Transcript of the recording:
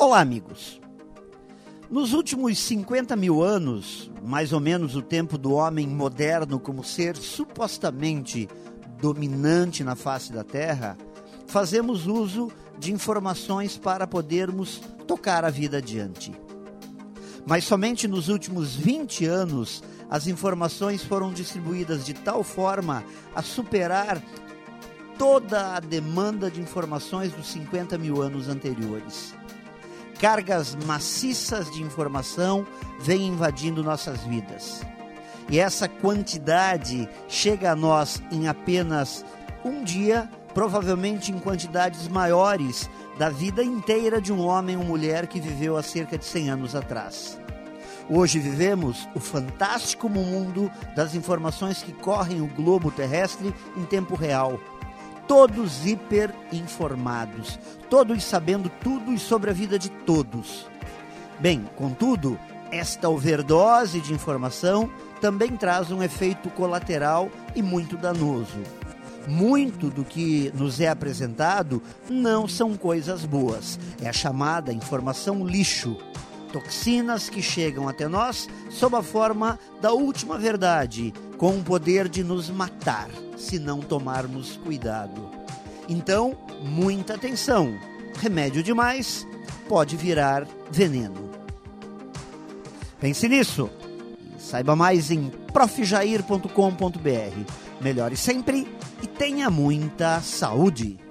Olá, amigos. Nos últimos 50 mil anos, mais ou menos o tempo do homem moderno como ser supostamente dominante na face da Terra, fazemos uso de informações para podermos tocar a vida adiante. Mas somente nos últimos 20 anos, as informações foram distribuídas de tal forma a superar toda a demanda de informações dos 50 mil anos anteriores. Cargas maciças de informação vêm invadindo nossas vidas. E essa quantidade chega a nós em apenas um dia, provavelmente em quantidades maiores da vida inteira de um homem ou mulher que viveu há cerca de 100 anos atrás. Hoje vivemos o fantástico mundo das informações que correm o globo terrestre em tempo real. Todos hiper informados, todos sabendo tudo sobre a vida de todos. Bem, contudo, esta overdose de informação também traz um efeito colateral e muito danoso. Muito do que nos é apresentado não são coisas boas. É a chamada informação lixo. Toxinas que chegam até nós sob a forma da última verdade, com o poder de nos matar, se não tomarmos cuidado. Então, muita atenção. Remédio demais pode virar veneno. Pense nisso. E saiba mais em profjair.com.br. Melhore sempre e tenha muita saúde.